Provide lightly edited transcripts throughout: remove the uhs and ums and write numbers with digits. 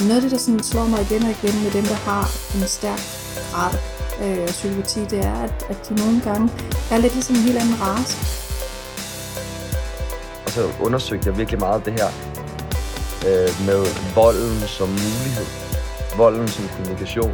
Noget af det, der sådan slår mig igen og igen med dem, der har en stærk grad af psykopati, det er, at de nogle gange er lidt ligesom en helt anden race. Og så undersøgte jeg virkelig meget det her med volden som mulighed, volden som kommunikation.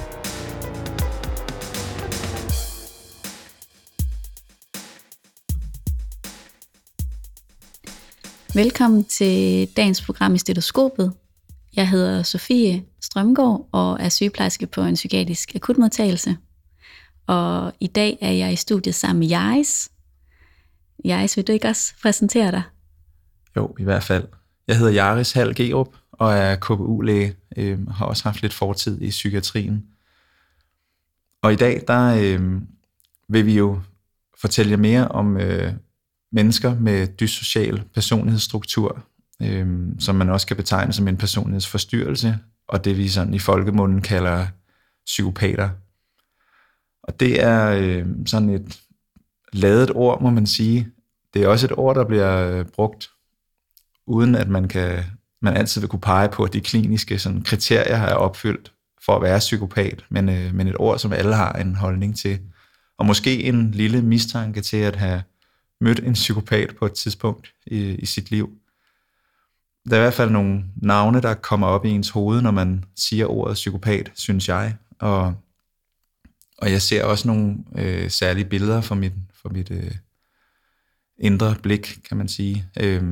Velkommen til dagens program i Stetoskopet. Jeg hedder Sofie Strømgaard og er sygeplejerske på en psykiatrisk akutmodtagelse. Og i dag er jeg i studiet sammen med Jaris. Jaris, vil du ikke også præsentere dig? Jo, i hvert fald. Jeg hedder Jaris Hall Gerup og er KBU-læge, har også haft lidt fortid i psykiatrien. Og i dag, der vil vi jo fortælle jer mere om mennesker med dyssocial personlighedsstruktur, som man også kan betegne som en personlighedsforstyrrelse, og det vi sådan i folkemunden kalder psykopater. Og det er sådan et ladet ord, må man sige. Det er også et ord, der bliver brugt, uden at man altid vil kunne pege på, at de kliniske sådan, kriterier er opfyldt for at være psykopat, men et ord, som alle har en holdning til. Og måske en lille mistanke til at have mødt en psykopat på et tidspunkt i sit liv. Der er i hvert fald nogle navne, der kommer op i ens hoved, når man siger ordet psykopat, synes jeg. Og jeg ser også nogle særlige billeder for mit indre blik, kan man sige,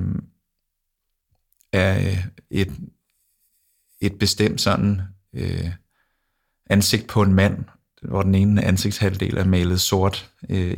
af et bestemt sådan ansigt på en mand, hvor den ene ansigtshalvdel er malet sort.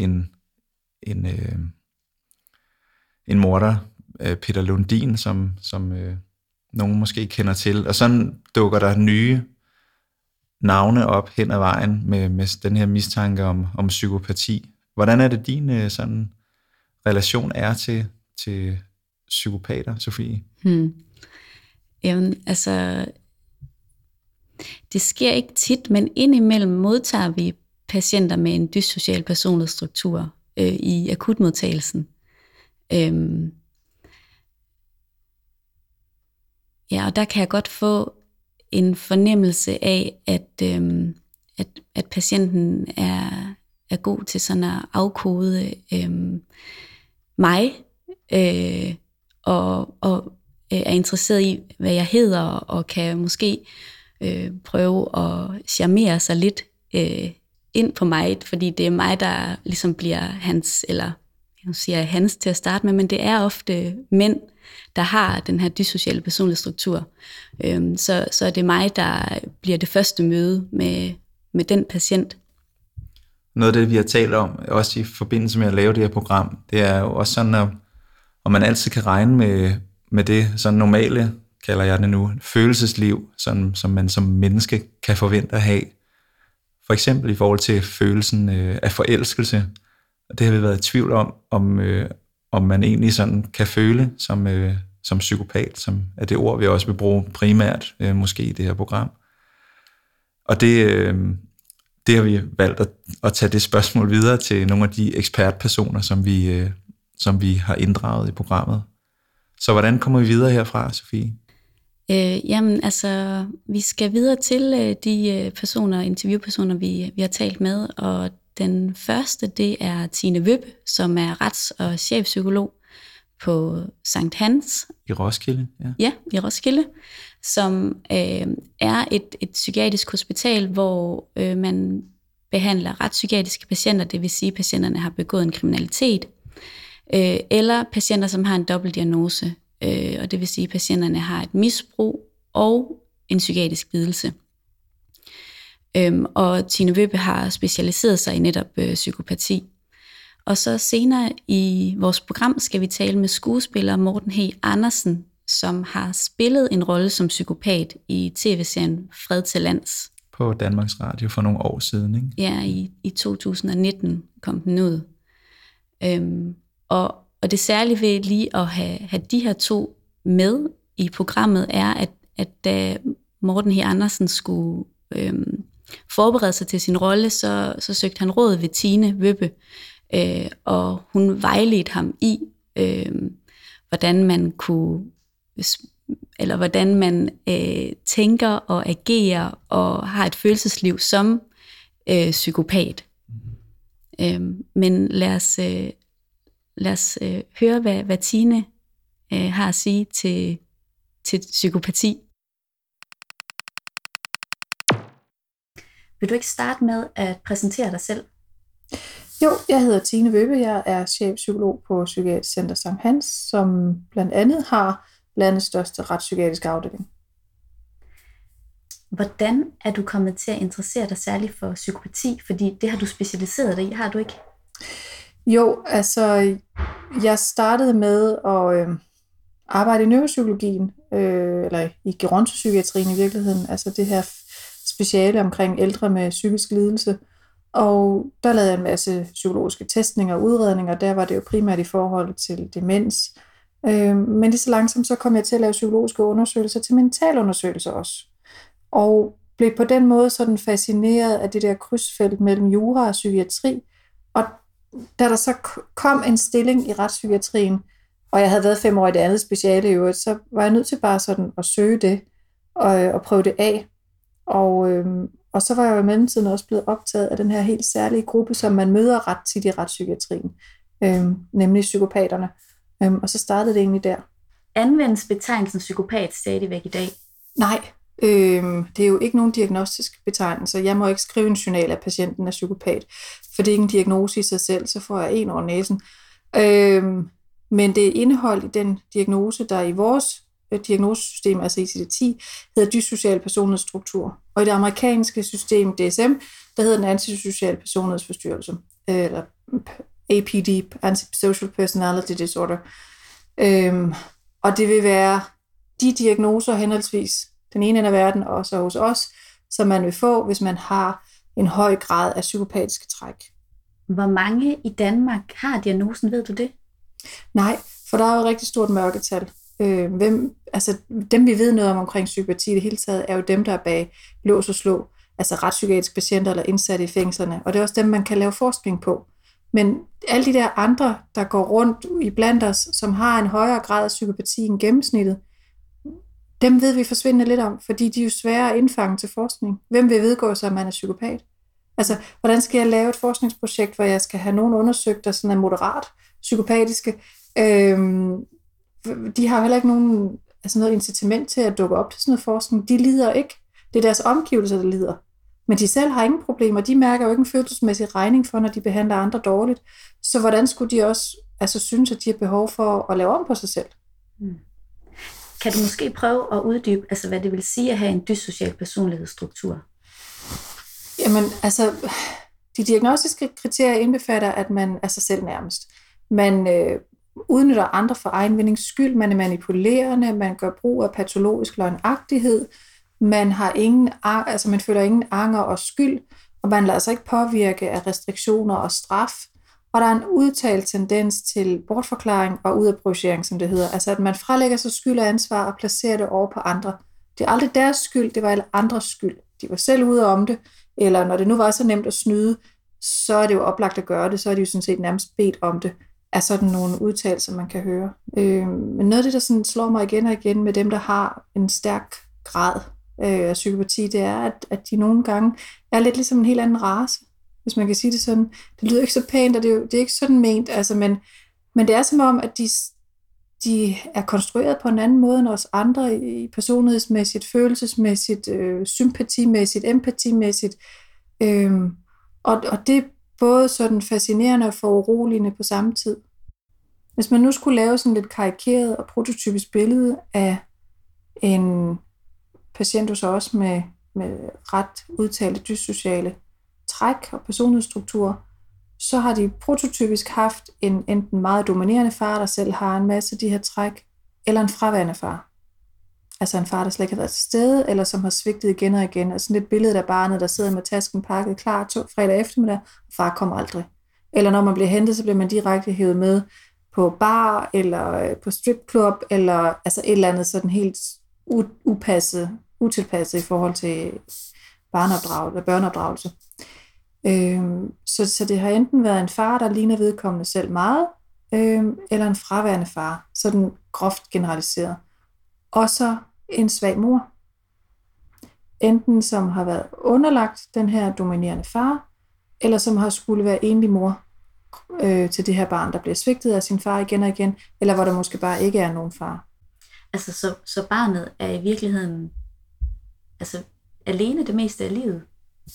En morder, Peter Lundin, som nogen måske kender til. Og sådan dukker der nye navne op hen ad vejen med den her mistanke om psykopati. Hvordan er det din sådan relation er til psykopater, Sofie? Jamen, altså, det sker ikke tit, men indimellem modtager vi patienter med en dyssocial personlighedsstruktur i akutmodtagelsen. Ja, og der kan jeg godt få en fornemmelse af, at patienten er god til sådan at afkode mig, og er interesseret i, hvad jeg hedder, og kan måske prøve at charmere sig lidt ind på mig, fordi det er mig, der ligesom bliver hans, eller nu siger jeg hans til at starte med, men det er ofte mænd, der har den her dyssociale personlighedsstruktur. Så er det mig, der bliver det første møde med den patient. Noget af det, vi har talt om, også i forbindelse med at lave det her program, det er jo også sådan, at man altid kan regne med det sådan normale, kalder jeg det nu, følelsesliv, som man som menneske kan forvente at have. For eksempel i forhold til følelsen af forelskelse. Det har vi været i tvivl om man egentlig sådan kan føle som psykopat, som er det ord, vi også vil bruge primært måske i det her program. Og det har vi valgt at tage det spørgsmål videre til nogle af de ekspertpersoner, som vi har inddraget i programmet. Så hvordan kommer vi videre herfra, Sofie? Jamen altså, vi skal videre til de interviewpersoner, vi har talt med, og den første, det er Tine Wøbbe, som er rets- og chefpsykolog på Sankt Hans. I Roskilde, ja. Ja, i Roskilde, som er et psykiatrisk hospital, hvor man behandler retspsykiatriske patienter, det vil sige, at patienterne har begået en kriminalitet, eller patienter, som har en dobbeltdiagnose, og det vil sige, at patienterne har et misbrug og en psykiatrisk lidelse. Og Tine Wøbbe har specialiseret sig i netop psykopati. Og så senere i vores program skal vi tale med skuespiller Morten H. Andersen, som har spillet en rolle som psykopat i tv-serien Fred til Lands. På Danmarks Radio for nogle år siden, ikke? Ja, i 2019 kom den ud. Og det særlige ved lige at have de her to med i programmet er, at da Morten H. Andersen skulle forberede sig til sin rolle, så søgte han råd ved Tine Wøbbe, og hun vejledte ham i, hvordan man kunne eller hvordan man tænker og agerer og har et følelsesliv som psykopat. Men lad os høre, hvad Tine har at sige til psykopati. Vil du ikke starte med at præsentere dig selv? Jo, jeg hedder Tine Wøbe. Jeg er chefpsykolog på Psykiatrisk Center Sankt Hans, som blandt andet har landets største retspsykiatriske afdeling. Hvordan er du kommet til at interessere dig særligt for psykopati? Fordi det har du specialiseret dig i, har du ikke? Jo, altså jeg startede med at arbejde i neuropsykologien, eller i gerontopsykiatrien i virkeligheden, altså det her speciale omkring ældre med psykisk lidelse. Og der lavede jeg en masse psykologiske testninger og udredninger, der var det jo primært i forhold til demens. Men lige så langsomt så kom jeg til at lave psykologiske undersøgelser til mentalundersøgelser også. Og blev på den måde sådan fascineret af det der krydsfelt mellem jura og psykiatri. Og da der så kom en stilling i retspsykiatrien, og jeg havde været 5 år i det andet speciale i øvrigt, så var jeg nødt til bare sådan at søge det og prøve det af. Og så var jeg jo i mellemtiden også blevet optaget af den her helt særlige gruppe, som man møder ret tit i retspsykiatrien, nemlig psykopaterne. Og så startede det egentlig der. Anvendes betegnelsen psykopat stadigvæk i dag? Nej, det er jo ikke nogen diagnostisk betegnelse. Jeg må ikke skrive en journal af patienten er psykopat, for det er ikke en diagnose i sig selv, så får jeg en over næsen. Men det er indhold i den diagnose, der i vores diagnosesystem, altså ICD-10, hedder dyssocial personlighedsstruktur. Og i det amerikanske system DSM, der hedder den antisocial personlighedsforstyrrelse, eller APD, Antisocial Personality Disorder. Og det vil være de diagnoser henholdsvis den ene ende af verden, og også hos os, som man vil få, hvis man har en høj grad af psykopatiske træk. Hvor mange i Danmark har diagnosen, ved du det? Nej, for der er jo et rigtig stort mørketal. Dem vi ved noget om omkring psykopati i det hele taget, er jo dem, der er bag lås og slå, altså retspsykiatriske patienter eller indsatte i fængslerne, og det er også dem, man kan lave forskning på. Men alle de der andre, der går rundt i blandt os, som har en højere grad af psykopati end gennemsnittet, dem ved vi forsvindende lidt om, fordi de er jo svære at indfange til forskning. Hvem vil vedgå sig, at man er psykopat? Altså, hvordan skal jeg lave et forskningsprojekt, hvor jeg skal have nogen undersøgt, der sådan er moderat psykopatiske? De har heller ikke noget incitament til at dukke op til sådan noget forskning. De lider ikke. Det er deres omgivelser, der lider. Men de selv har ingen problemer. De mærker jo ikke en følelsesmæssig regning for, når de behandler andre dårligt. Så hvordan skulle de også synes, at de har behov for at lave om på sig selv? Kan du måske prøve at uddybe, hvad det vil sige at have en dyssocial personlighedsstruktur? Jamen, de diagnostiske kriterier indbefatter, at man er sig selv nærmest. Man udnytter andre for egen vindings skyld, man er manipulerende, man gør brug af patologisk løgnagtighed, man føler ingen anger og skyld, og man lader sig ikke påvirke af restriktioner og straf, og der er en udtalt tendens til bortforklaring og udadprojicering, som det hedder, altså at man frelægger sig skyld og ansvar og placerer det over på andre. Det er aldrig deres skyld, det var alle andres skyld. De var selv ude om det, eller når det nu var så nemt at snyde, så er det jo oplagt at gøre det, så er de jo sådan set nærmest bedt om det, er sådan nogle udtalelser, man kan høre. Men noget af det, der sådan slår mig igen og igen med dem, der har en stærk grad af psykopati, det er, at de nogle gange er lidt ligesom en helt anden race, hvis man kan sige det sådan. Det lyder ikke så pænt, og det er ikke sådan ment, men det er som om, at de er konstrueret på en anden måde end os andre, i personlighedsmæssigt, følelsesmæssigt, sympatimæssigt, empatimæssigt. Og det er både sådan fascinerende og foruroligende på samme tid. Hvis man nu skulle lave sådan lidt karikeret og prototypisk billede af en patient hos os med ret udtalte dyssociale træk og personlighedsstrukturer, så har de prototypisk haft en enten meget dominerende far, der selv har en masse af de her træk, eller en fraværende far. Altså en far, der slet ikke har været til stede, eller som har svigtet igen og igen. Altså sådan et billede af barnet, der sidder med tasken pakket klar fredag eftermiddag, og far kommer aldrig. Eller når man bliver hentet, så bliver man direkte hævet med på bar, eller på stripclub, eller altså et eller andet sådan helt utilpasset i forhold til børneopdragelse. Så det har enten været en far, der ligner vedkommende selv meget, eller en fraværende far, sådan groft generaliseret. og så en svag mor. Enten som har været underlagt den her dominerende far, eller som har skulle være enlig mor til det her barn, der bliver svigtet af sin far igen og igen, eller hvor der måske bare ikke er nogen far. Altså, så barnet er i virkeligheden altså, alene det meste af livet?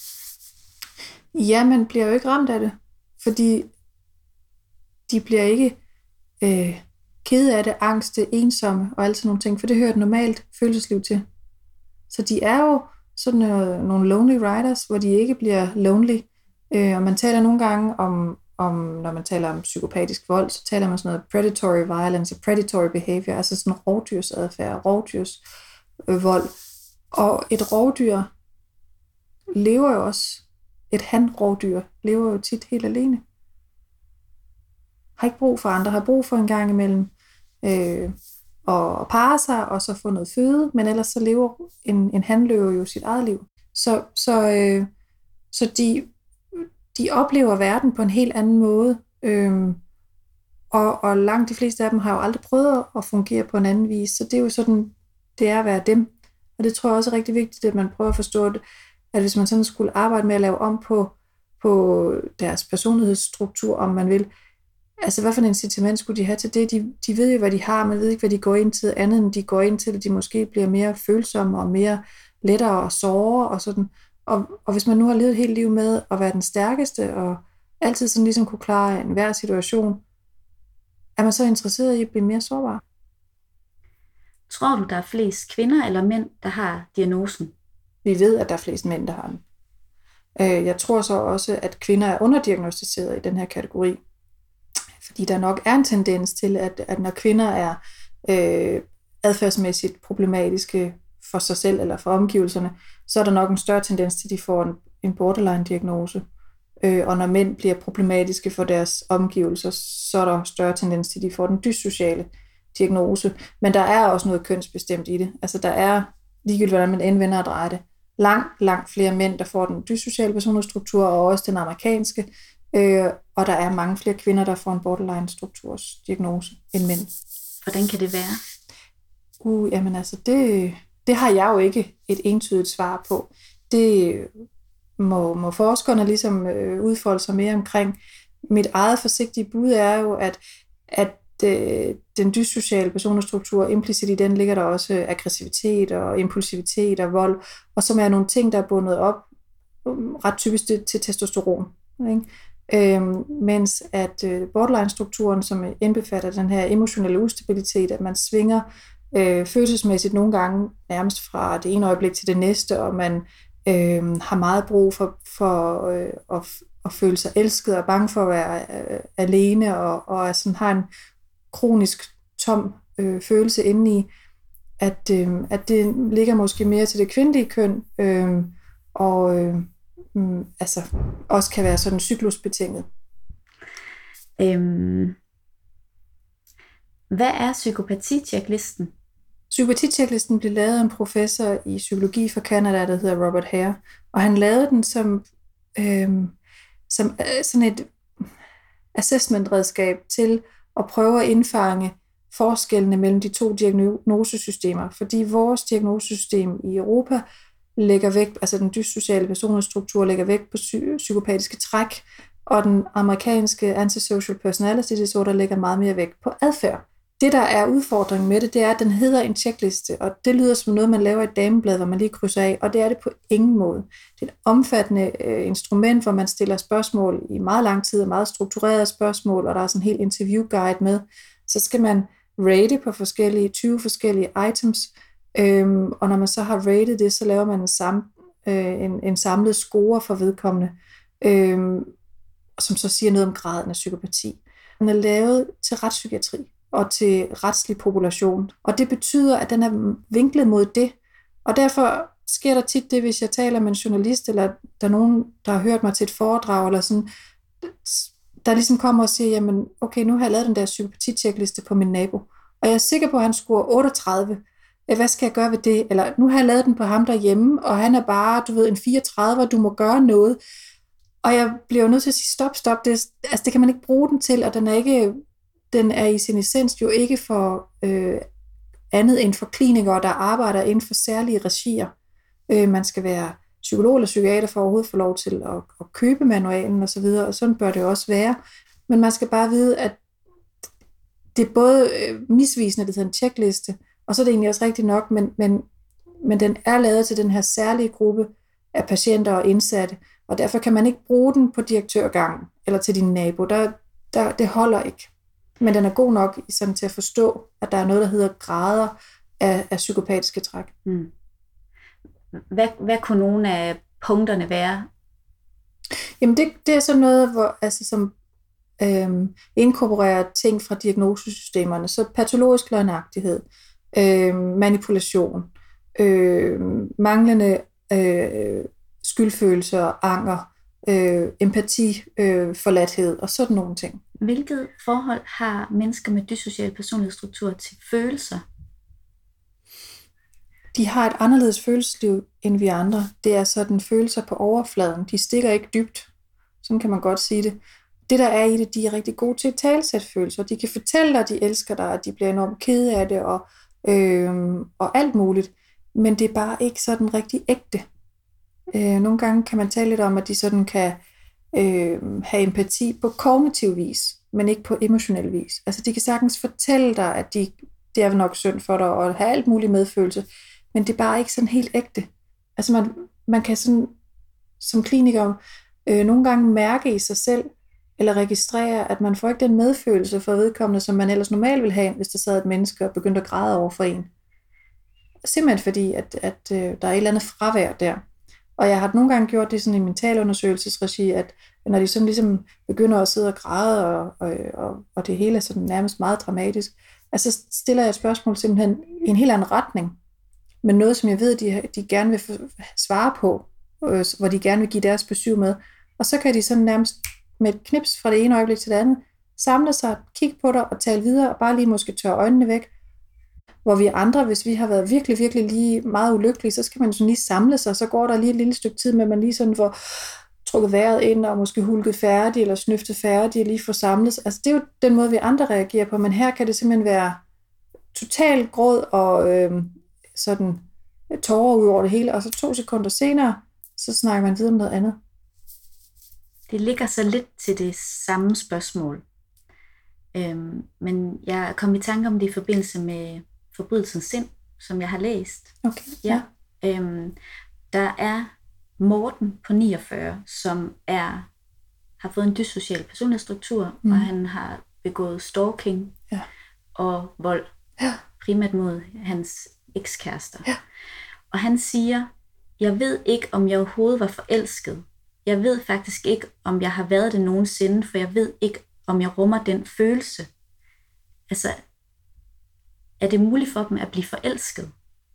Ja, man bliver jo ikke ramt af det, fordi de bliver ikke kede af det, angste, ensomme og alt sådan nogle ting, for det hører et normalt følelsesliv til. Så de er jo sådan nogle lonely riders, hvor de ikke bliver lonely. Og man taler nogle gange om, når man taler om psykopatisk vold, så taler man sådan noget predatory violence og predatory behavior, altså sådan rovdyrsadfærd, rovdyrsvold. Og et rovdyr lever jo også, et han-rovdyr lever jo tit helt alene. Har ikke brug for andre, har brug for en gang imellem og parre sig, og så få noget føde, men ellers så lever en hanløve jo sit eget liv. Så de oplever verden på en helt anden måde, og langt de fleste af dem har jo aldrig prøvet at fungere på en anden vis, så det er jo sådan, det er at være dem. Og det tror jeg også er rigtig vigtigt, at man prøver at forstå, at hvis man sådan skulle arbejde med at lave om på deres personlighedsstruktur, om man vil, altså hvad for en incitament skulle de have til det? De ved jo, hvad de har, man ved ikke, hvad de går ind til, andet end de går ind til, at de måske bliver mere følsomme og mere lettere og såre og sådan. Og hvis man nu har levet et helt liv med at være den stærkeste og altid sådan ligesom kunne klare enhver situation, er man så interesseret i at blive mere sårbar? Tror du, der er flest kvinder eller mænd, der har diagnosen? Vi ved, at der er flest mænd, der har den. Jeg tror så også, at kvinder er underdiagnostiseret i den her kategori. Fordi der nok er en tendens til, at når kvinder er adfærdsmæssigt problematiske for sig selv eller for omgivelserne, så er der nok en større tendens til, at de får en borderline-diagnose. Og når mænd bliver problematiske for deres omgivelser, så er der større tendens til, at de får den dyssociale diagnose. Men der er også noget kønsbestemt i det. Altså der er, ligegyldigt hvordan man endvender og drejer det, langt flere mænd, der får den dyssociale personlighedsstruktur, og også den amerikanske. Og der er mange flere kvinder, der får en borderline-struktursdiagnose end mænd. Hvordan kan det være? Jamen altså, det har jeg jo ikke et entydigt svar på. Det må forskerne ligesom udfolde sig mere omkring. Mit eget forsigtige bud er jo, at den dyssociale personlighedsstruktur, implicit i den ligger der også aggressivitet og impulsivitet og vold, og som er nogle ting, der er bundet op ret typisk til testosteron. Ikke? Mens at borderline-strukturen, som indbefatter den her emotionelle ustabilitet, at man svinger følelsesmæssigt nogle gange nærmest fra det ene øjeblik til det næste, og man har meget brug for at føle sig elsket og bange for at være alene, og sådan har en kronisk tom følelse indeni, at det ligger måske mere til det kvindelige køn, altså også kan være sådan cyklusbetinget. Hvad er psykopati-checklisten? Psykopati-checklisten blev lavet af en professor i psykologi fra Canada, der hedder Robert Hare, og han lavede den som sådan et assessment-redskab til at prøve at indfange forskellene mellem de to diagnosesystemer, fordi vores diagnosesystem i Europa lægger vægt, altså den dyssociale personlighedsstruktur lægger vægt på psykopatiske træk, og den amerikanske antisocial personality disorder lægger meget mere vægt på adfærd. Det, der er udfordringen med det, det er, at den hedder en checkliste, og det lyder som noget, man laver i et dameblad, hvor man lige krydser af, og det er det på ingen måde. Det er et omfattende instrument, hvor man stiller spørgsmål i meget lang tid, og meget strukturerede spørgsmål, og der er sådan en helt interviewguide med. Så skal man rate på 20 forskellige items, og når man så har rated det, så laver man en samlet score for vedkommende, som så siger noget om graden af psykopati. Den er lavet til retspsykiatri og til retslig population, og det betyder, at den er vinklet mod det, og derfor sker der tit det, hvis jeg taler med en journalist, eller der er nogen, der har hørt mig til et foredrag, eller sådan, der ligesom kommer og siger, jamen okay, nu har jeg lavet den der psykopati-checkliste på min nabo, og jeg er sikker på, at han scorer 38. Hvad skal jeg gøre ved det? Eller nu har jeg lavet den på ham derhjemme, og han er bare, en 34, og du må gøre noget. Og jeg bliver jo nødt til at sige, stop. Det kan man ikke bruge den til, og den er i sin essens jo ikke for andet end for klinikere, der arbejder inden for særlige regier. Man skal være psykolog eller psykiater for overhovedet at få lov til at købe manualen osv., og sådan bør det også være. Men man skal bare vide, at det er både misvisende, det hedder en checkliste, og så er det egentlig også rigtigt nok, men den er lavet til den her særlige gruppe af patienter og indsatte, og derfor kan man ikke bruge den på direktørgangen eller til din nabo. Det holder ikke. Men den er god nok sådan til at forstå, at der er noget, der hedder grader af psykopatiske træk. Mm. Hvad kunne nogle af punkterne være? Jamen det er sådan noget, som inkorporerer ting fra diagnosesystemerne. Så patologisk løgnagtighed, manipulation, manglende skyldfølelse, anger, empati, forladthed og sådan nogle ting. Hvilket forhold har mennesker med dyssocial personlighedsstruktur til følelser? De har et anderledes følelsesliv end vi andre. Det er sådan følelser på overfladen. De stikker ikke dybt. Sådan kan man godt sige det. Det, der er i det, de er rigtig gode til at talsætte følelser. De kan fortælle dig, at de elsker dig, at de bliver enormt kede af det, og alt muligt. Men det er bare ikke sådan rigtig ægte. Nogle gange kan man tale lidt om, at de sådan kan have empati på kognitiv vis, men ikke på emotionel vis. Altså de kan sagtens fortælle dig, at det er nok synd for dig, og have alt muligt medfølelse, men det er bare ikke sådan helt ægte. Altså man kan sådan, som kliniker nogle gange mærke i sig selv, eller registrere, at man får ikke den medfølelse for vedkommende, som man ellers normalt ville have, hvis der sad et menneske og begyndte at græde over for en. Simpelthen fordi, at der er et eller andet fravær der. Og jeg har nogle gange gjort det sådan i mentalundersøgelsesregi, at når de sådan ligesom begynder at sidde og græde, og det hele er sådan nærmest meget dramatisk, altså så stiller jeg et spørgsmål simpelthen i en helt anden retning, men noget, som jeg ved, de gerne vil svare på, hvor de gerne vil give deres besøg med. Og så kan de sådan nærmest med et knips fra det ene øjeblik til det andet, samle sig, kigge på dig og tale videre, og bare lige måske tørre øjnene væk. Hvor vi andre, hvis vi har været virkelig, virkelig lige meget ulykkelige, så skal man sådan lige samle sig, så går der lige et lille stykke tid med, at man lige sådan får trukket vejret ind, og måske hulket færdig, eller snøftet færdig, og lige får samlet. Altså det er jo den måde, vi andre reagerer på, men her kan det simpelthen være total gråd og sådan tårer ud over det hele, og så 2 sekunder senere, så snakker man videre om noget andet. Det ligger så lidt til det samme spørgsmål. Men jeg kom i tanke om det i forbindelse med Forbrydelsens sind, som jeg har læst. Okay. Ja. Der er Morten på 49, som har fået en dyssocial personlighedsstruktur, og han har begået stalking og vold, primært mod hans ekskærester. Ja. Og han siger, jeg ved ikke, om jeg overhovedet var forelsket. Jeg ved faktisk ikke, om jeg har været det nogensinde, for jeg ved ikke, om jeg rummer den følelse. Altså, er det muligt for dem at blive forelsket?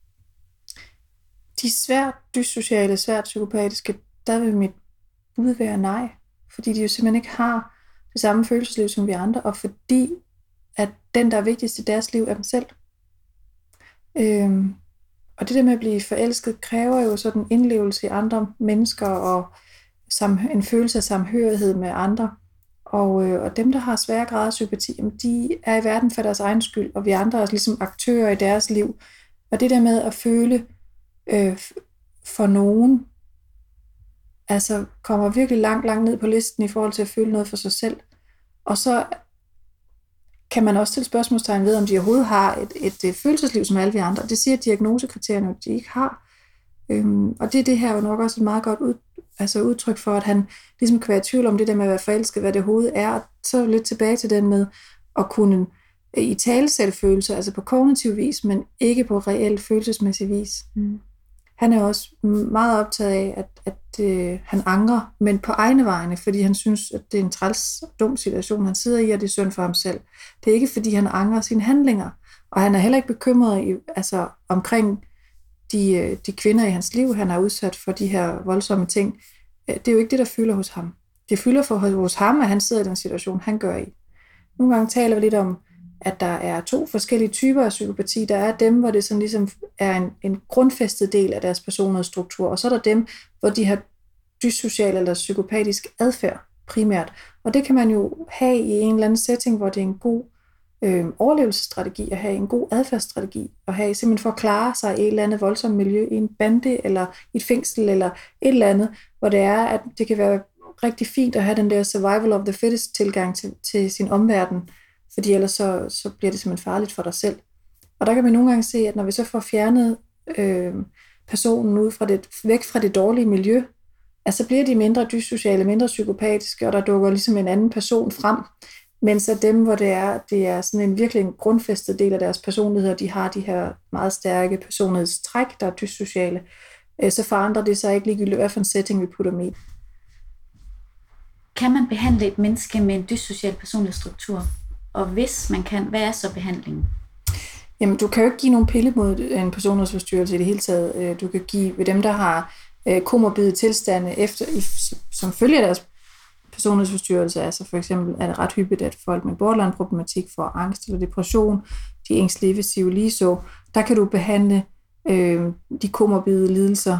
De svært dyssociale, svært psykopatiske, der vil mit bud være nej. Fordi de jo simpelthen ikke har det samme følelsesliv som vi andre, og fordi at den, der er vigtigst i deres liv, er dem selv. Og det der med at blive forelsket, kræver jo sådan en indlevelse i andre mennesker, og en følelse af samhørighed med andre. Og dem, der har svære grader af sympati, de er i verden for deres egen skyld, og vi andre er ligesom aktører i deres liv. Og det der med at føle for nogen, altså kommer virkelig langt, langt ned på listen i forhold til at føle noget for sig selv. Og så kan man også stille spørgsmålstegn ved, om de overhovedet har et følelsesliv som alle vi andre. Det siger diagnosekriterierne, at de ikke har. Og det her er jo nok også et meget godt udtryk for, at han ligesom kan være i tvivl om det der med at være forelsket, hvad det overhovedet er. Og så lidt tilbage til den med at kunne italesætte følelser, altså på kognitiv vis, men ikke på reelt følelsesmæssig vis. Han er også meget optaget af, at han angrer, men på egne vegne, fordi han synes, at det er en træls, dum situation, han sidder i, og det er synd for ham selv. Det er ikke, fordi han angrer sine handlinger, og han er heller ikke bekymret omkring de kvinder i hans liv, han har udsat for de her voldsomme ting. Det er jo ikke det, der fylder hos ham. Det fylder hos ham, at han sidder i den situation, han gør i. Nogle gange taler vi lidt om, at der er 2 forskellige typer af psykopati. Der er dem, hvor det sådan ligesom er en grundfæstet del af deres personlighedsstruktur, og så er der dem, hvor de har dyssocial eller psykopatisk adfærd primært. Og det kan man jo have i en eller anden setting, hvor det er en god overlevelsesstrategi, at have en god adfærdsstrategi, og have simpelthen for at klare sig i et eller andet voldsomt miljø, i en bande, eller i et fængsel, eller et eller andet, hvor det er, at det kan være rigtig fint at have den der survival of the fittest tilgang til sin omverden, fordi ellers så bliver det simpelthen farligt for dig selv. Og der kan vi nogle gange se, at når vi så får fjernet personen ud væk fra det dårlige miljø, at så bliver de mindre dyssociale, mindre psykopatiske, og der dukker ligesom en anden person frem, mens at dem, hvor det er sådan en virkelig en grundfæstet del af deres personlighed, de har de her meget stærke personlighedstræk, der er dyssociale, så forandrer det sig ikke ligegyldigt, hvad for en setting vi putter dem i. Kan man behandle et menneske med en dyssocial personlighedsstruktur? Og hvis man kan, hvad er så behandlingen? Jamen, du kan jo ikke give nogen pille mod en personlighedsforstyrrelse i det hele taget. Du kan give ved dem, der har komorbide tilstande som følge af deres personlighedsforstyrrelse. Altså for eksempel er det ret hyppigt, at folk med borderline-problematik får angst eller depression, de ængstlige ved ligeså. Der kan du behandle de komorbide lidelser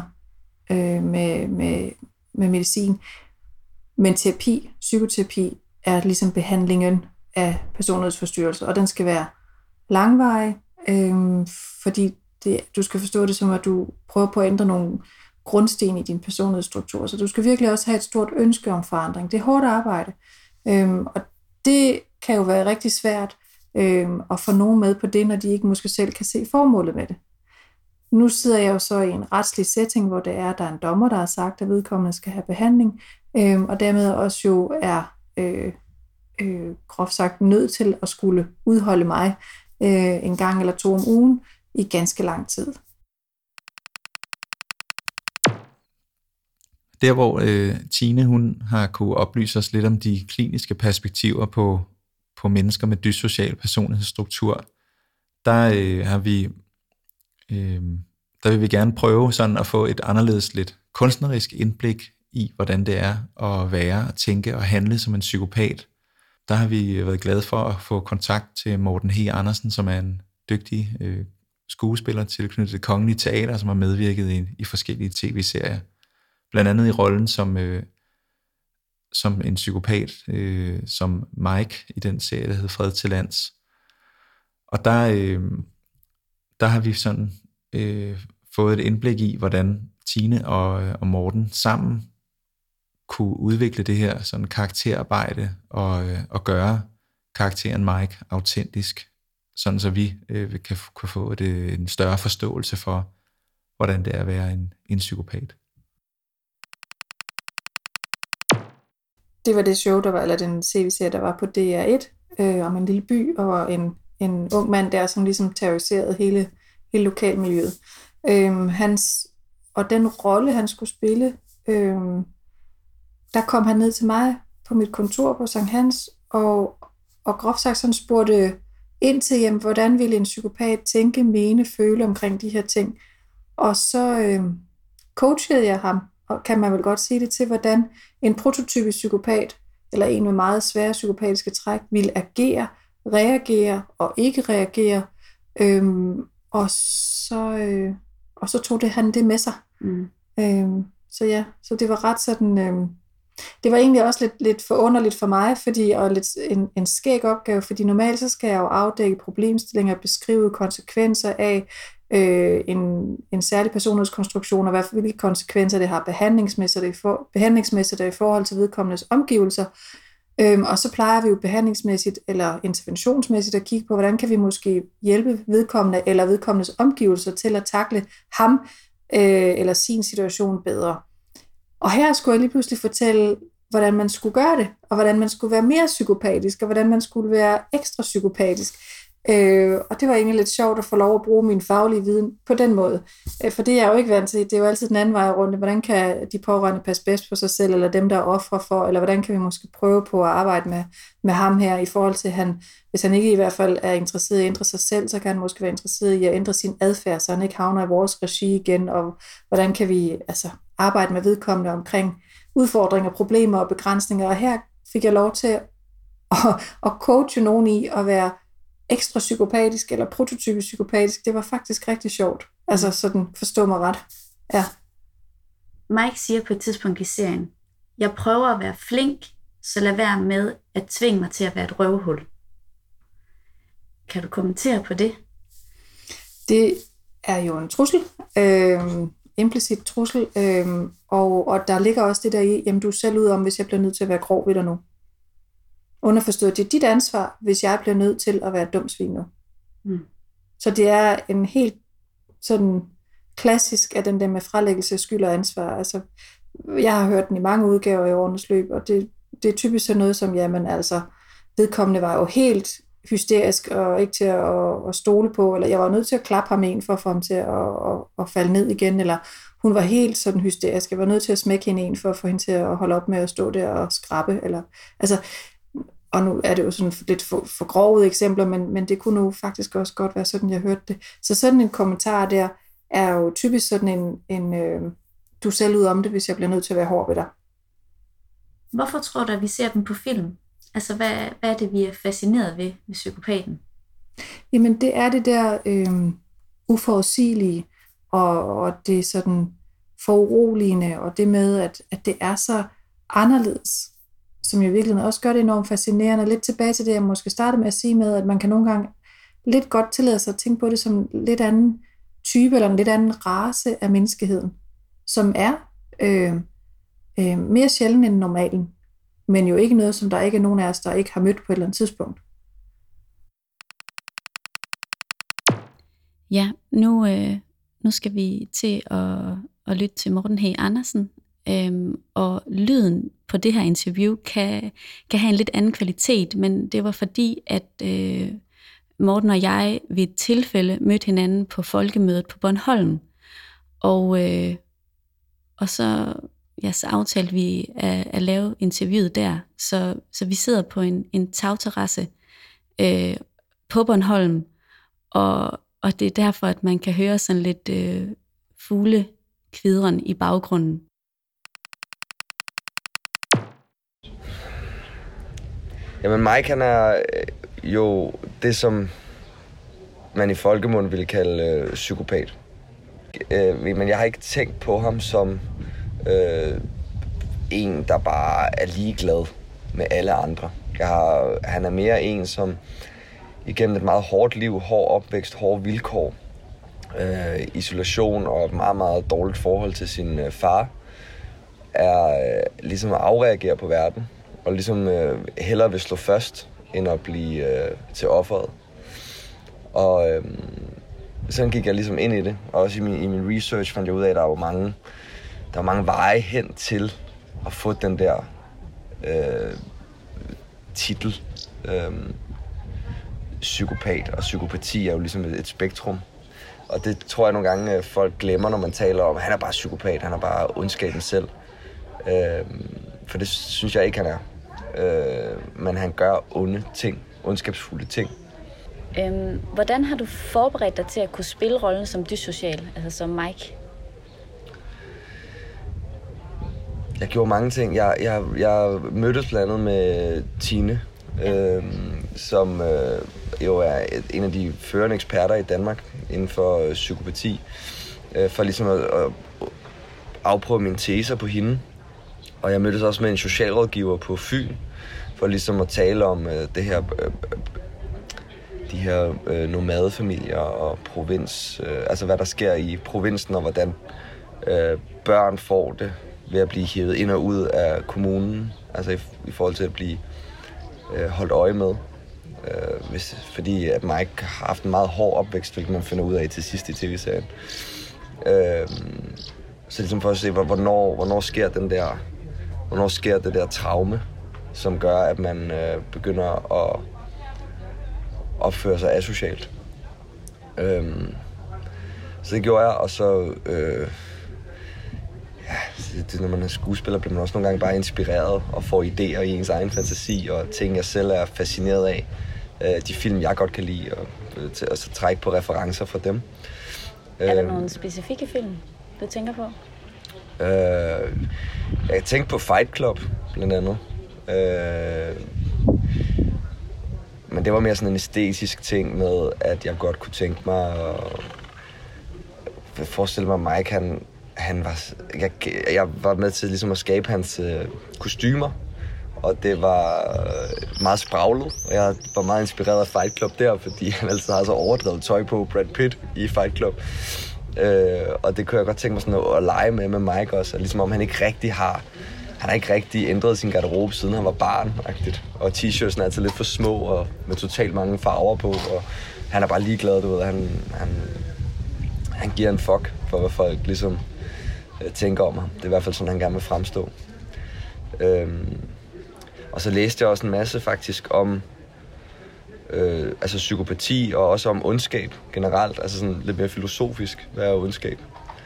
med medicin. Men psykoterapi er ligesom behandlingen af personlighedsforstyrrelse, og den skal være langvarig, fordi du skal forstå det som, at du prøver på at ændre nogle grundsten i din personlighedsstruktur. Så du skal virkelig også have et stort ønske om forandring. Det er hårdt arbejde, og det kan jo være rigtig svært at få nogen med på det, når de ikke måske selv kan se formålet med det. Nu sidder jeg jo så i en retslig setting, hvor der er en dommer, der har sagt, at vedkommende skal have behandling, og dermed også jo er groft sagt nødt til at skulle udholde mig en gang eller to om ugen i ganske lang tid. Der hvor Tine hun har kunne oplyse os lidt om de kliniske perspektiver på mennesker med dyssocial personlighedsstruktur, der vil vi gerne prøve sådan at få et anderledes lidt kunstnerisk indblik i, hvordan det er at være, at tænke og handle som en psykopat. Der har vi været glade for at få kontakt til Morten H. Andersen, som er en dygtig skuespiller tilknyttet Det Kongelige Teater, som har medvirket i forskellige tv-serier. Blandt andet i rollen som en psykopat, som Mike i den serie, der hedder Fred til lands. Og der har vi sådan fået et indblik i, hvordan Tine og Morten sammen kunne udvikle det her sådan karakterarbejde og gøre karakteren Mike autentisk, sådan så vi kan få en større forståelse for, hvordan det er at være en psykopat. Det var det show, eller den CV-serie, der var på DR1, om en lille by, og en ung mand der, som ligesom terroriserede hele lokalmiljøet. Og den rolle, han skulle spille, der kom han ned til mig på mit kontor på Sankt Hans, og groft sagt sådan spurgte ind til, jamen, hvordan ville en psykopat tænke, mene, føle omkring de her ting. Og så coachede jeg ham, og kan man vel godt sige det til, hvordan en prototypisk psykopat, eller en med meget svære psykopatiske træk, ville agere, reagere og ikke reagere. Og så tog han det med sig. Så det var ret sådan... det var egentlig også lidt forunderligt for mig, og lidt en skæg opgave, fordi normalt så skal jeg jo afdække problemstillinger, beskrive konsekvenser af en særlig personlighedskonstruktion, og hvilke konsekvenser det har behandlingsmæssigt og i forhold til vedkommendes omgivelser. Og så plejer vi jo behandlingsmæssigt eller interventionsmæssigt at kigge på, hvordan kan vi måske hjælpe vedkommende eller vedkommendes omgivelser til at takle ham eller sin situation bedre. Og her skulle jeg lige pludselig fortælle, hvordan man skulle gøre det, og hvordan man skulle være mere psykopatisk, og hvordan man skulle være ekstra psykopatisk. Og det var egentlig lidt sjovt at få lov at bruge min faglige viden på den måde. For det er jeg jo ikke vant til. Det er jo altid den anden vej rundt. Hvordan kan de pårørende passe bedst på sig selv, eller dem, der er ofre for, eller hvordan kan vi måske prøve på at arbejde med ham her, i forhold til, hvis han ikke i hvert fald er interesseret i at ændre sig selv, så kan han måske være interesseret i at ændre sin adfærd, så han ikke havner i vores regi igen, og hvordan kan vi arbejde med vedkommende omkring udfordringer, problemer og begrænsninger. Og her fik jeg lov til at coache nogen i at være ekstra psykopatisk eller prototypisk psykopatisk. Det var faktisk rigtig sjovt. Altså sådan, forstå mig ret. Ja. Mike siger på et tidspunkt i serien, jeg prøver at være flink, så lad være med at tvinge mig til at være et røvhul. Kan du kommentere på det? Det er jo en trussel, implicit trussel, og der ligger også det der i, jamen du er selv ud om, hvis jeg bliver nødt til at være grov ved dig nu. Underforstået, det er dit ansvar, hvis jeg bliver nødt til at være dum svin nu. Så det er en helt sådan klassisk af den der med fralæggelse af skyld og ansvar. Altså, jeg har hørt den i mange udgaver i årenes løb, og det er typisk sådan noget som, jamen altså, vedkommende var jo helt hysterisk og ikke til at stole på, eller jeg var nødt til at klappe ham en for at få ham til at falde ned igen, eller hun var helt sådan hysterisk, jeg var nødt til at smække hende en for at få hende til at holde op med at stå der og skrabe, eller altså, og nu er det jo sådan lidt for grove eksempler, men det kunne nu faktisk også godt være sådan, jeg hørte det. Så sådan en kommentar der er jo typisk sådan en du er selv ud om det, hvis jeg bliver nødt til at være hård ved dig. Hvorfor tror du, at vi ser den på film? Altså, hvad er det, vi er fascineret ved psykopaten? Jamen, det er det der uforudsigelige, og det sådan foruroligende, og det med, at det er så anderledes, som jo virkelig også gør det enormt fascinerende. Lidt tilbage til det, jeg måske startede med at sige med, at man kan nogle gange lidt godt tillade sig at tænke på det som en lidt anden type, eller en lidt anden race af menneskeheden, som er mere sjælden end normalen, men jo ikke noget, som der ikke er nogen af os, der ikke har mødt på et eller andet tidspunkt. Ja, nu skal vi til at lytte til Morten H. Andersen, og lyden på det her interview kan have en lidt anden kvalitet, men det var fordi, at Morten og jeg ved et tilfælde mødte hinanden på folkemødet på Bornholm, og så aftalte vi at lave interviewet der, så vi sidder på en tagterrasse på Bornholm, og det er derfor, at man kan høre sådan lidt fuglekvidren i baggrunden. Jamen Mike, han er jo det, som man i folkemunde ville kalde psykopat. Men jeg har ikke tænkt på ham som en, der bare er ligeglad med alle andre. Han er mere en, som igennem et meget hårdt liv, hård opvækst, hårde vilkår, isolation og et meget, meget dårligt forhold til sin far, er ligesom at afreagere på verden, og ligesom hellere vil slå først, end at blive til offeret. Og sådan gik jeg ligesom ind i det, og også i min research fandt jeg ud af, at der var mange veje hen til at få den der titel. Psykopat og psykopati er jo ligesom et spektrum. Og det tror jeg nogle gange, folk glemmer, når man taler om, at han er bare psykopat, han er bare ondskaben selv. For det synes jeg ikke, han er. Men han gør onde ting, ondskabsfulde ting. Hvordan har du forberedt dig til at kunne spille rollen som dyssocial, altså som Mike? Jeg gjorde mange ting. Jeg mødtes blandt andet med Tine, som jo er en af de førende eksperter i Danmark inden for psykopati, for ligesom at afprøve mine teser på hende. Og jeg mødtes også med en socialrådgiver på Fyn, for ligesom at tale om det her, de her nomadefamilier og provins, altså hvad der sker i provinsen, og hvordan børn får det ved at blive hivet ind og ud af kommunen, altså i forhold til at blive holdt øje med. Fordi at Mike har haft en meget hård opvækst, hvilket man finder ud af til sidst i tv-serien. Så ligesom for at se, hvornår sker det der traume, som gør, at man begynder at opføre sig asocialt. Så det gjorde jeg, og så når man er skuespiller, bliver man også nogle gange bare inspireret og får idéer i ens egen fantasi og ting, jeg selv er fascineret af. De film, jeg godt kan lide, og så trække på referencer fra dem. Er der nogle specifikke film, du tænker på? Jeg tænkte på Fight Club, blandt andet. Men det var mere sådan en æstetisk ting med, at jeg godt kunne tænke mig at forestille mig, Mike, jeg var med til ligesom at skabe hans kostymer, og det var meget spraglet, og jeg var meget inspireret af Fight Club der, fordi han altid har så overdrevet tøj på, Brad Pitt i Fight Club. Og det kunne jeg godt tænke mig sådan at lege med Mike også, ligesom om han har ikke rigtig ændret sin garderobe, siden han var barn-agtigt. Og t-shirtsene er altid lidt for små, og med totalt mange farver på, og han er bare ligeglad, du ved. Han giver en fuck for, hvad folk ligesom tænker om ham. Det er i hvert fald sådan, han gerne vil fremstå. Og så læste jeg også en masse faktisk om altså psykopati, og også om ondskab generelt. Altså sådan lidt mere filosofisk, hvad er ondskab?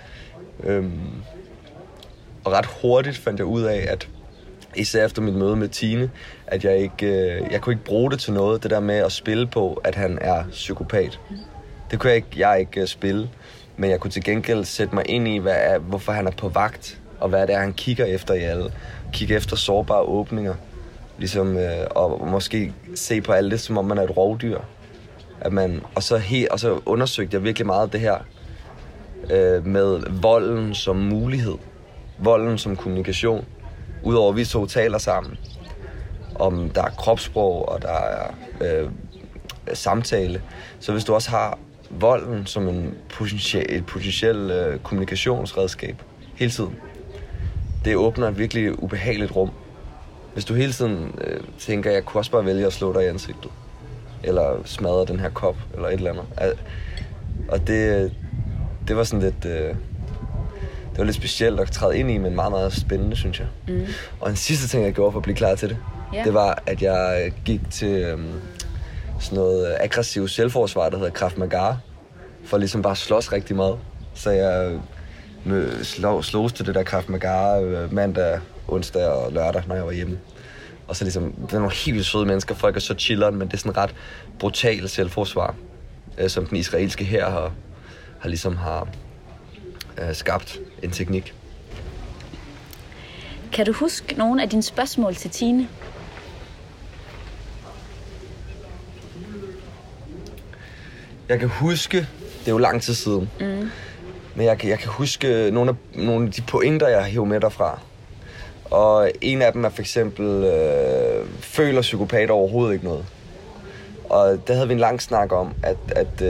Og ret hurtigt fandt jeg ud af, at især efter mit møde med Tine, at jeg kunne ikke bruge det til noget, det der med at spille på, at han er psykopat. Det kunne jeg ikke spille, men jeg kunne til gengæld sætte mig ind i, hvorfor han er på vagt, og hvad det er, han kigger efter i alle. Kigger efter sårbare åbninger, ligesom, og måske se på alt det, som om man er et rovdyr. Og så undersøgte jeg virkelig meget det her med volden som mulighed. Volden som kommunikation. Udover at vi to taler sammen. Om der er kropssprog, og der er samtale. Så hvis du også har volden som et potentielt kommunikationsredskab hele tiden. Det åbner et virkelig ubehageligt rum. Hvis du hele tiden tænker, jeg kunne også bare vælge at slå dig i ansigtet. Eller smadre den her kop, eller et eller andet. Og det var sådan lidt... Det var lidt specielt at træde ind i, men meget, meget spændende, synes jeg. Mm. Og en sidste ting, jeg gjorde for at blive klar til det, det var, at jeg gik til sådan noget aggressiv selvforsvar, der hedder Krav Maga, for ligesom bare at slås rigtig meget. Så jeg slogs til det der Krav Maga mandag, onsdag og lørdag, når jeg var hjemme. Og så ligesom, det er nogle helt vildt søde mennesker, folk er så chilleren, men det er sådan ret brutal selvforsvar, som den israelske hær har skabt en teknik. Kan du huske nogle af dine spørgsmål til Tine? Jeg kan huske, det er jo lang tid siden, men jeg kan huske nogle af de pointer, jeg hæver med derfra. Og en af dem er for eksempel, føler psykopater overhovedet ikke noget. Og der havde vi en lang snak om, at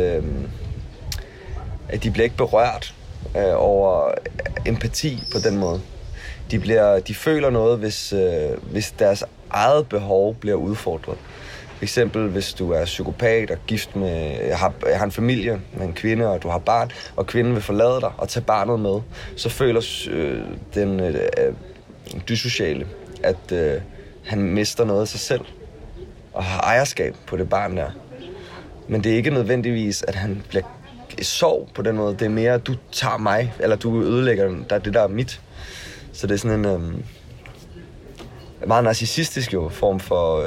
de bliver ikke berørt over empati på den måde. De føler noget, hvis deres eget behov bliver udfordret. For eksempel, hvis du er psykopat og gift med, har en familie med en kvinde, og du har barn, og kvinden vil forlade dig og tage barnet med, så føler den dysociale, at han mister noget af sig selv og har ejerskab på det barn der. Men det er ikke nødvendigvis, at han bliver sorg på den måde. Det er mere, at du tager mig, eller du ødelægger det, der er mit. Så det er sådan en meget narcissistisk form for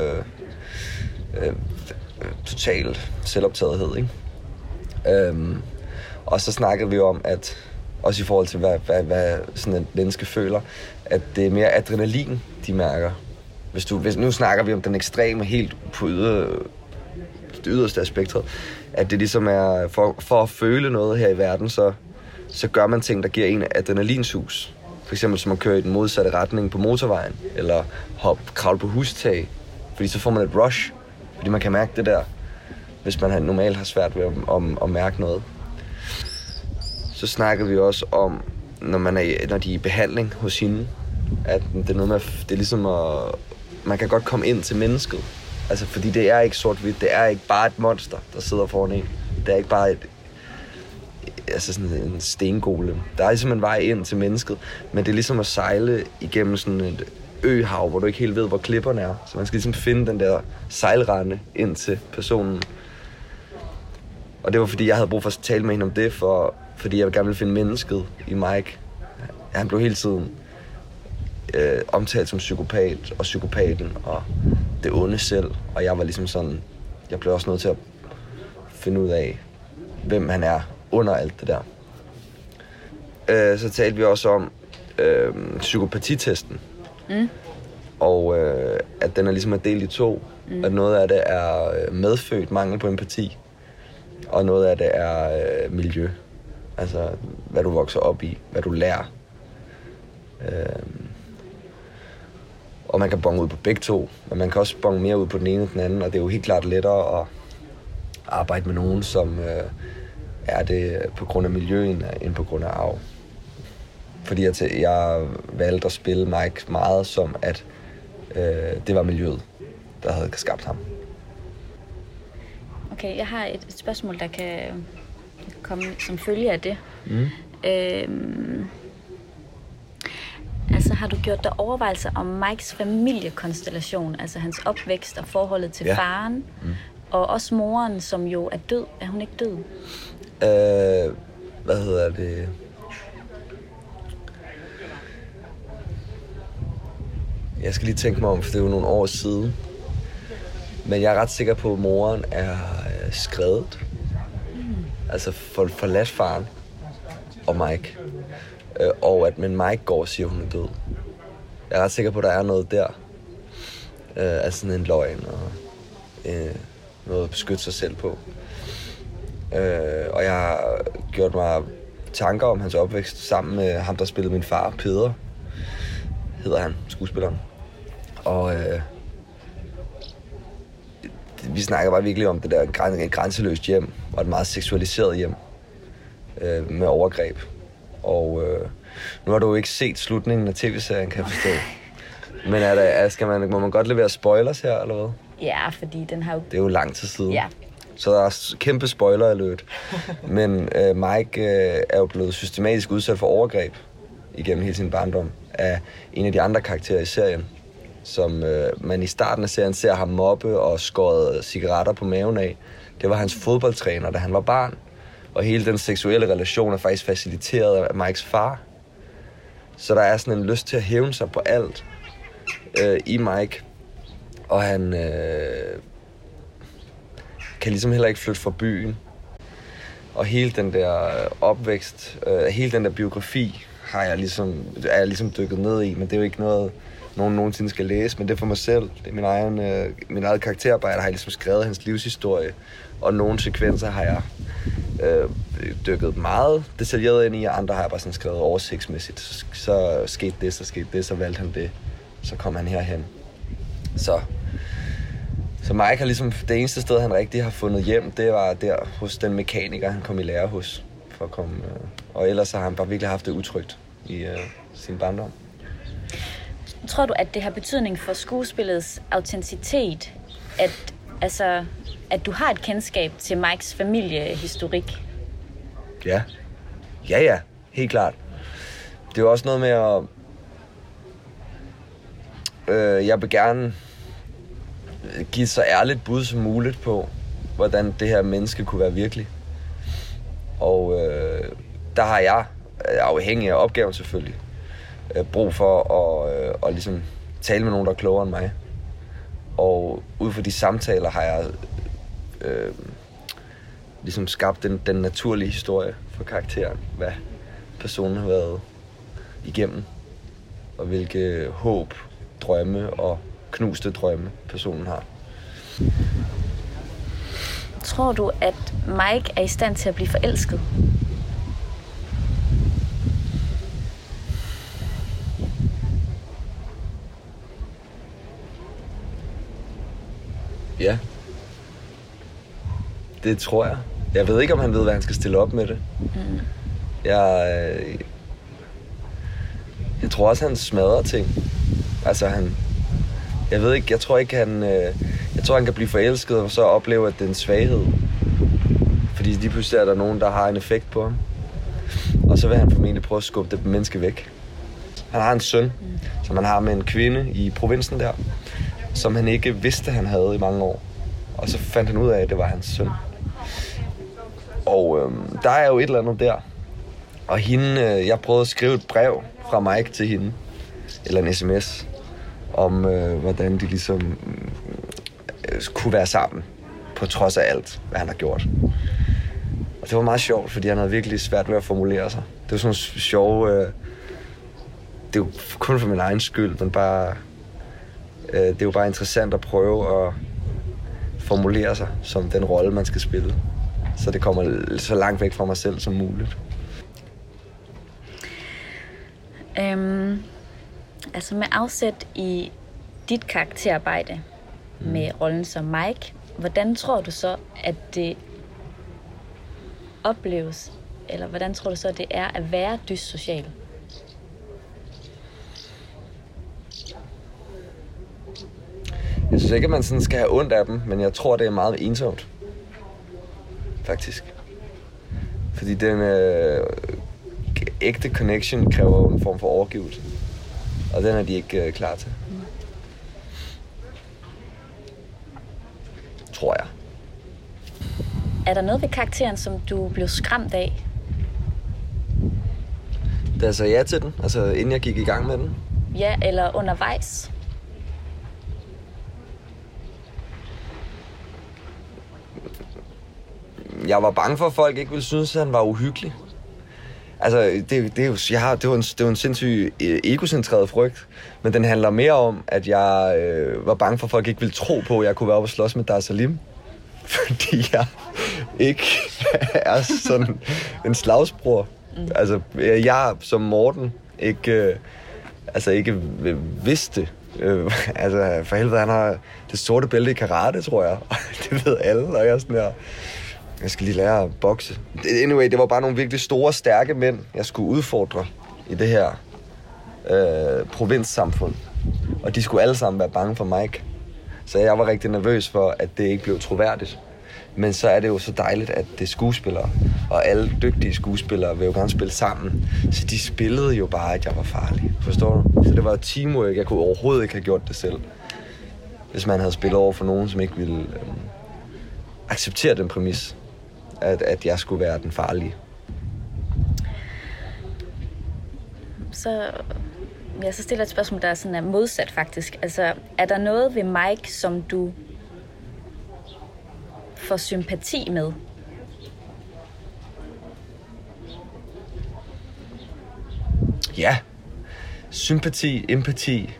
total selvoptagethed, ikke? Og så snakkede vi om, at også i forhold til, hvad sådan et menneske føler, at det er mere adrenalin, de mærker. Hvis nu snakker vi om den ekstreme, helt på det yderste af spektret, at det ligesom er, for at føle noget her i verden, så gør man ting, der giver en adrenalinsus. For eksempel som at køre i den modsatte retning på motorvejen, eller kravle på hustag, fordi så får man et rush, fordi man kan mærke det der, hvis man normalt har svært ved at mærke noget. Så snakker vi også om, når de er i behandling hos hende, at det er noget med, det er ligesom man kan godt komme ind til mennesket. Altså, fordi det er ikke sort-hvidt, det er ikke bare et monster, der sidder foran en. Det er ikke bare sådan en stengolem. Der er ligesom en vej ind til mennesket, men det er ligesom at sejle igennem sådan et øhav, hvor du ikke helt ved, hvor klipperne er. Så man skal ligesom finde den der sejlrende ind til personen. Og det var fordi, jeg havde brug for at tale med hende om det, fordi jeg gerne ville finde mennesket i Mike. Han blev hele tiden omtalt som psykopat, og psykopaten, og det onde selv. Og jeg var ligesom sådan, jeg blev også nødt til at finde ud af, hvem han er under alt det der. Så talte vi også om psykopatitesten. Og at den er ligesom delt i to. At noget af det er medfødt mangel på empati, og noget af det er miljø. Altså, hvad du vokser op i, hvad du lærer. Og man kan bonge ud på begge to, men man kan også bonge mere ud på den ene og den anden, og det er jo helt klart lettere at arbejde med nogen, som er det på grund af miljøen, end på grund af arv. Fordi jeg valgte at spille Mike meget som, at det var miljøet, der havde skabt ham. Okay, jeg har et spørgsmål, der kan komme som følge af det. Altså, har du gjort dig overvejelser om Mikes familiekonstellation, altså hans opvækst og forholdet til faren, og også moren, som jo er død? Er hun ikke død? Hvad hedder det? Jeg skal lige tænke mig om, for det er jo nogle år siden. Men jeg er ret sikker på, at moren er skredet. Altså forladt faren og Mike. Men Mike går og siger, at hun er død. Jeg er ret sikker på, at der er noget der. Altså sådan en løgn og noget at beskytte sig selv på. Og jeg har gjort mig tanker om hans opvækst sammen med ham, der spillede min far, Peder, hedder han, skuespilleren. Og vi snakker bare virkelig om det der grænseløst hjem, og et meget seksualiseret hjem med overgreb. Og nu har du jo ikke set slutningen af tv-serien, kan jeg forstå. Men må man godt levere spoilers her, eller hvad? Ja, fordi den har jo... Det er jo lang tid siden. Ja. Så der er kæmpe spoiler alert. Men Mike er jo blevet systematisk udsat for overgreb igennem hele sin barndom af en af de andre karakterer i serien, som man i starten af serien ser ham mobbe og skåret cigaretter på maven af. Det var hans fodboldtræner, da han var barn. Og hele den seksuelle relation er faktisk faciliteret af Mikes far. Så der er sådan en lyst til at hævne sig på alt i Mike. Og han kan ligesom heller ikke flytte fra byen. Og hele den der opvækst, hele den der biografi, er jeg ligesom dykket ned i. Men det er jo ikke noget, nogen nogensinde skal læse. Men det er for mig selv. Det er min eget karakterarbejde, har jeg ligesom skrevet hans livshistorie. Og nogle sekvenser har jeg dykket meget detaljeret ind i, og andre har jeg bare sådan skrevet oversigtsmæssigt. Så skete det, så valgte han det. Så kom han herhen. Så Mike har ligesom, det eneste sted, han rigtig har fundet hjem, det var der hos den mekaniker, han kom i lære hos. For at komme, og ellers har han bare virkelig haft det utrygt i sin barndom. Tror du, at det har betydning for skuespillets autenticitet, at du har et kendskab til Mikes familiehistorik? Ja. Helt klart. Det er jo også noget med at... jeg vil gerne give så ærligt bud som muligt på, hvordan det her menneske kunne være virkelig. Og der har jeg, afhængig af opgaven selvfølgelig, brug for at ligesom tale med nogen, der er klogere end mig. Og ud fra de samtaler har jeg ligesom skabt den naturlige historie for karakteren. Hvad personen har været igennem, og hvilke håb, drømme og knuste drømme personen har. Tror du, at Mike er i stand til at blive forelsket? Ja. Det tror jeg. Jeg ved ikke, om han ved, hvad han skal stille op med det. Jeg tror også, han smadrer ting. Altså jeg ved ikke, jeg tror, han kan blive forelsket og så opleve, at det er en svaghed. Fordi lige pludselig er der nogen, der har en effekt på ham. Og så vil han formentlig prøve at skubbe det menneske væk. Han har en søn, som han har med en kvinde i provinsen der, som han ikke vidste, han havde i mange år. Og så fandt han ud af, at det var hans søn. Og der er jo et eller andet der. Og hende, jeg prøvede at skrive et brev fra Mike til hende, eller en sms, om hvordan de ligesom kunne være sammen, på trods af alt, hvad han har gjort. Og det var meget sjovt, fordi han havde virkelig svært ved at formulere sig. Det var sådan nogle sjove... det er jo kun for min egen skyld, men bare... det er jo bare interessant at prøve at formulere sig som den rolle, man skal spille. Så det kommer så langt væk fra mig selv som muligt. Altså med afsæt i dit karakterarbejde med rollen som Mike, hvordan tror du så, at det opleves, eller hvordan tror du så, at det er at være dyssocial? Jeg synes ikke, at man sådan skal have ondt af dem, men jeg tror, det er meget ensomt. Faktisk. Fordi den ægte connection kræver en form for overgivelse. Og den er de ikke klar til. Tror jeg. Er der noget ved karakteren, som du blev skræmt af? Da jeg sagde ja til den, altså inden jeg gik i gang med den. Ja, eller undervejs? Jeg var bange for, at folk ikke ville synes, at han var uhyggelig. Altså, det var en sindssyg egocentreret frygt, men den handler mere om, at jeg var bange for, at folk ikke ville tro på, at jeg kunne være oppe og slås med Dar Salim. Fordi jeg ikke er sådan en slagsbror. Altså, jeg som Morten ikke vidste. Altså, for helvede, han har det sorte bælte i karate, tror jeg. Det ved alle, og jeg er sådan her. Jeg skal lige lære at bokse. Anyway, det var bare nogle virkelig store, stærke mænd, jeg skulle udfordre i det her provinssamfund. Og de skulle alle sammen være bange for Mike. Så jeg var rigtig nervøs for, at det ikke blev troværdigt. Men så er det jo så dejligt, at det er skuespillere. Og alle dygtige skuespillere vil jo gerne spille sammen. Så de spillede jo bare, at jeg var farlig. Forstår du? Så det var teamwork. Jeg kunne overhovedet ikke have gjort det selv. Hvis man havde spillet over for nogen, som ikke ville acceptere den præmis. At jeg skulle være den farlige. Så stiller jeg et spørgsmål, der sådan er modsat faktisk. Altså, er der noget ved Mike, som du får sympati med? Ja. Sympati, empati.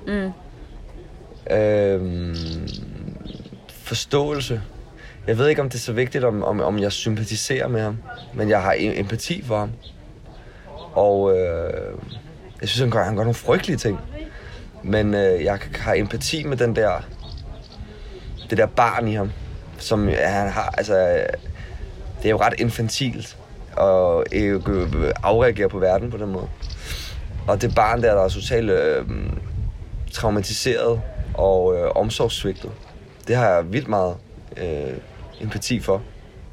Forståelse. Jeg ved ikke, om det er så vigtigt, om jeg sympatiserer med ham, men jeg har empati for ham. Og jeg synes, han gør nogle frygtelige ting. Men jeg har empati med det der barn i ham, som han har, altså, det er jo ret infantilt og afreagere på verden på den måde. Og det barn der er totalt traumatiseret og omsorgssvigtet, det har jeg vildt meget empati for,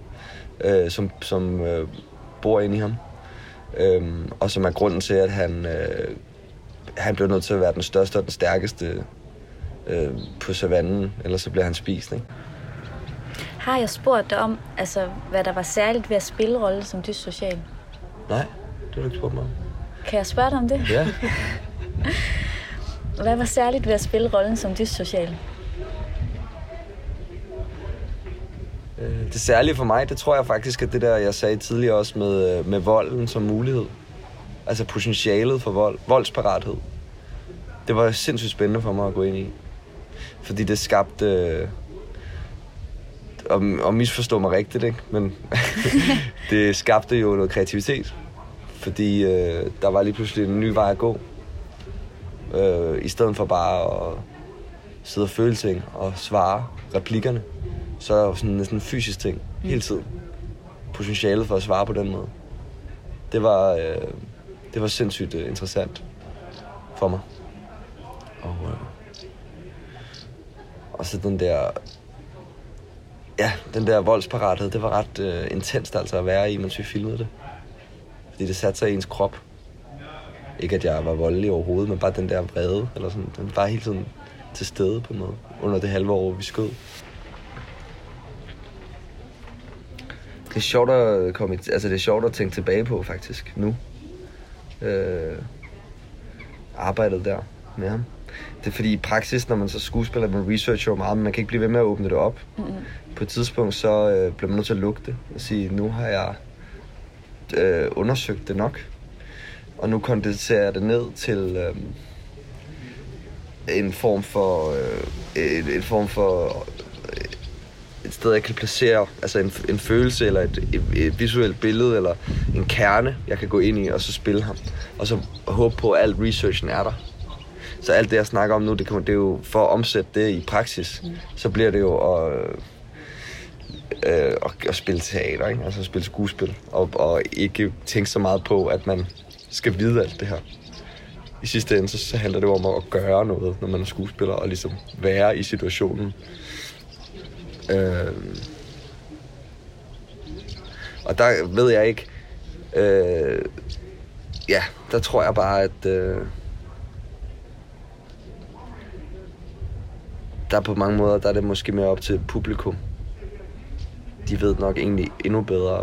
som bor inde i ham. Og som er grunden til, at han bliver nødt til at være den største og den stærkeste på savannen, ellers så bliver han spist, ikke? Har jeg spurgt dig om, altså, hvad der var særligt ved at spille rolle som dyssocial? Nej, det har du ikke spurgt mig om. Kan jeg spørge dig om det? Ja. Hvad var særligt ved at spille rollen som dyssocial? Det særlige for mig, det tror jeg faktisk, at det der, jeg sagde tidligere også med volden som mulighed. Altså potentialet for vold, voldsparathed. Det var sindssygt spændende for mig at gå ind i. Fordi det skabte, og misforstå mig rigtigt, ikke? Men det skabte jo noget kreativitet. Fordi der var lige pludselig en ny vej at gå. I stedet for bare at sidde og føle ting og svare replikkerne. Så er der sådan næsten en fysisk ting hele tiden. Potentialet for at svare på den måde. Det var sindssygt interessant for mig. Og så den der voldsparathed, det var ret intenst altså at være i, mens vi filmede det. Fordi det satte sig i ens krop. Ikke at jeg var voldelig overhovedet, men bare den der vrede, eller sådan, den var hele tiden til stede på noget, under det halve år, vi skød. Det er sjovt det er sjovt at tænke tilbage på, faktisk, nu. Arbejdet der med ham. Det er fordi i praksis, når man så skuespiller, man researcher meget, men man kan ikke blive ved med at åbne det op. På et tidspunkt, så bliver man nødt til at lukke det og sige, nu har jeg undersøgt det nok. Og nu kondenserer jeg det ned til en form for et sted, jeg kan placere, altså en følelse eller et visuelt billede eller en kerne, jeg kan gå ind i og så spille ham. Og så håbe på, at al researchen er der. Så alt det, jeg snakker om nu, det er jo for at omsætte det i praksis, så bliver det jo at spille teater, ikke? Altså at spille skuespil, og ikke tænke så meget på, at man skal vide alt det her. I sidste ende, så handler det jo om at gøre noget, når man er skuespiller, og ligesom være i situationen. Og der ved jeg ikke, der tror jeg bare, at der på mange måder, der er det måske mere op til publikum. De ved nok egentlig endnu bedre,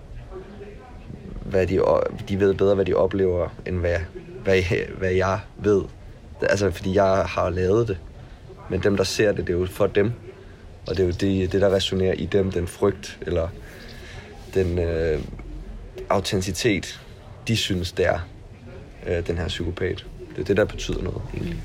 hvad de ved bedre, hvad de oplever, end hvad jeg ved. Altså, fordi jeg har lavet det. Men dem, der ser det, det er jo for dem. Og det er jo det der resonerer i dem, den frygt, eller den autenticitet, de synes, det er den her psykopat. Det er det, der betyder noget, egentlig.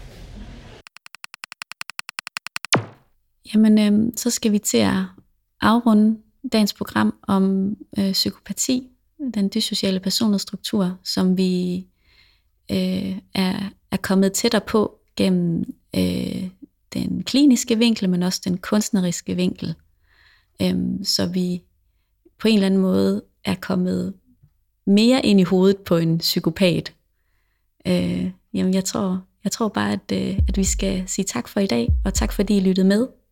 Jamen, så skal vi til at afrunde dagens program om psykopati, den dysociale personlighedsstruktur, som vi er kommet tættere på gennem den kliniske vinkel, men også den kunstneriske vinkel. Så vi på en eller anden måde er kommet mere ind i hovedet på en psykopat. Jamen, jeg tror bare, at vi skal sige tak for i dag, og tak fordi I lyttede med.